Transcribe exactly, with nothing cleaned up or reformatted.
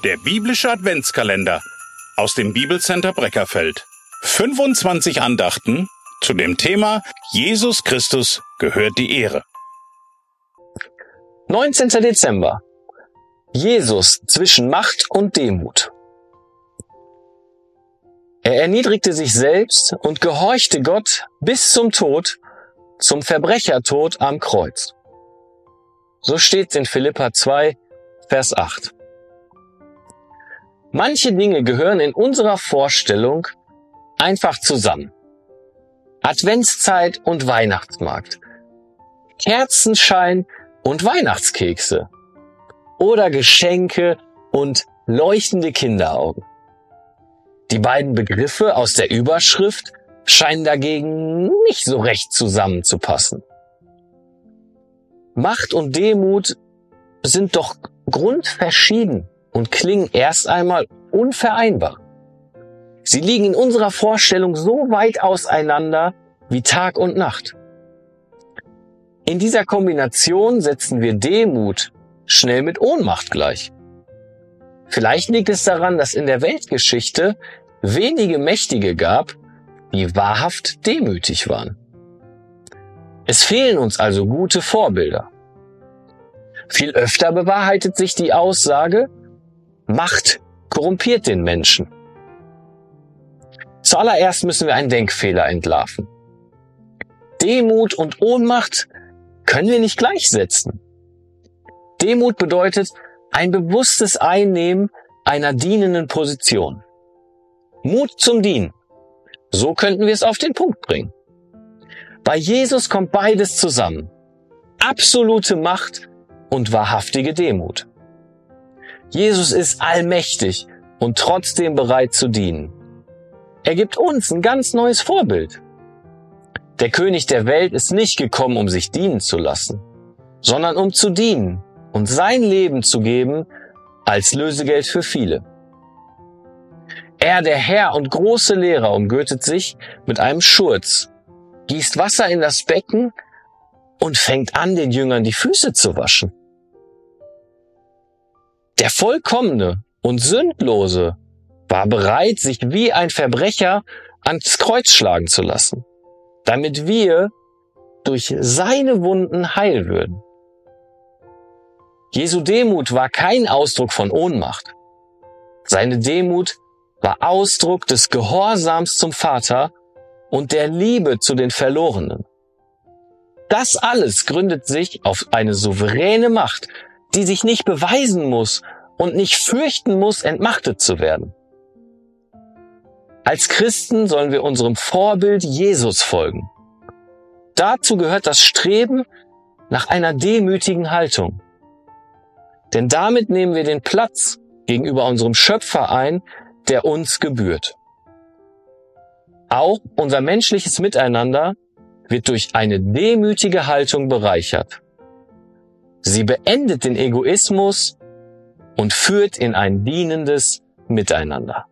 Der biblische Adventskalender aus dem Bibelcenter Breckerfeld. fünfundzwanzig Andachten zu dem Thema Jesus Christus gehört die Ehre. neunzehnter Dezember. Jesus zwischen Macht und Demut. Er erniedrigte sich selbst und gehorchte Gott bis zum Tod, zum Verbrechertod am Kreuz. So steht's in Philipper zwei, Vers acht. Manche Dinge gehören in unserer Vorstellung einfach zusammen. Adventszeit und Weihnachtsmarkt, Kerzenschein und Weihnachtskekse oder Geschenke und leuchtende Kinderaugen. Die beiden Begriffe aus der Überschrift scheinen dagegen nicht so recht zusammenzupassen. Macht und Demut sind doch grundverschieden und klingen erst einmal unvereinbar. Sie liegen in unserer Vorstellung so weit auseinander wie Tag und Nacht. In dieser Kombination setzen wir Demut schnell mit Ohnmacht gleich. Vielleicht liegt es daran, dass in der Weltgeschichte wenige Mächtige gab, die wahrhaft demütig waren. Es fehlen uns also gute Vorbilder. Viel öfter bewahrheitet sich die Aussage, Macht korrumpiert den Menschen. Zuallererst müssen wir einen Denkfehler entlarven. Demut und Ohnmacht können wir nicht gleichsetzen. Demut bedeutet ein bewusstes Einnehmen einer dienenden Position. Mut zum Dienen. So könnten wir es auf den Punkt bringen. Bei Jesus kommt beides zusammen. Absolute Macht und wahrhaftige Demut. Jesus ist allmächtig und trotzdem bereit zu dienen. Er gibt uns ein ganz neues Vorbild. Der König der Welt ist nicht gekommen, um sich dienen zu lassen, sondern um zu dienen und sein Leben zu geben als Lösegeld für viele. Er, der Herr und große Lehrer, umgürtet sich mit einem Schurz, gießt Wasser in das Becken und fängt an, den Jüngern die Füße zu waschen. Der Vollkommene und Sündlose war bereit, sich wie ein Verbrecher ans Kreuz schlagen zu lassen, damit wir durch seine Wunden heil würden. Jesu Demut war kein Ausdruck von Ohnmacht. Seine Demut war Ausdruck des Gehorsams zum Vater und der Liebe zu den Verlorenen. Das alles gründet sich auf eine souveräne Macht, die sich nicht beweisen muss und nicht fürchten muss, entmachtet zu werden. Als Christen sollen wir unserem Vorbild Jesus folgen. Dazu gehört das Streben nach einer demütigen Haltung. Denn damit nehmen wir den Platz gegenüber unserem Schöpfer ein, der uns gebührt. Auch unser menschliches Miteinander wird durch eine demütige Haltung bereichert. Sie beendet den Egoismus und führt in ein dienendes Miteinander.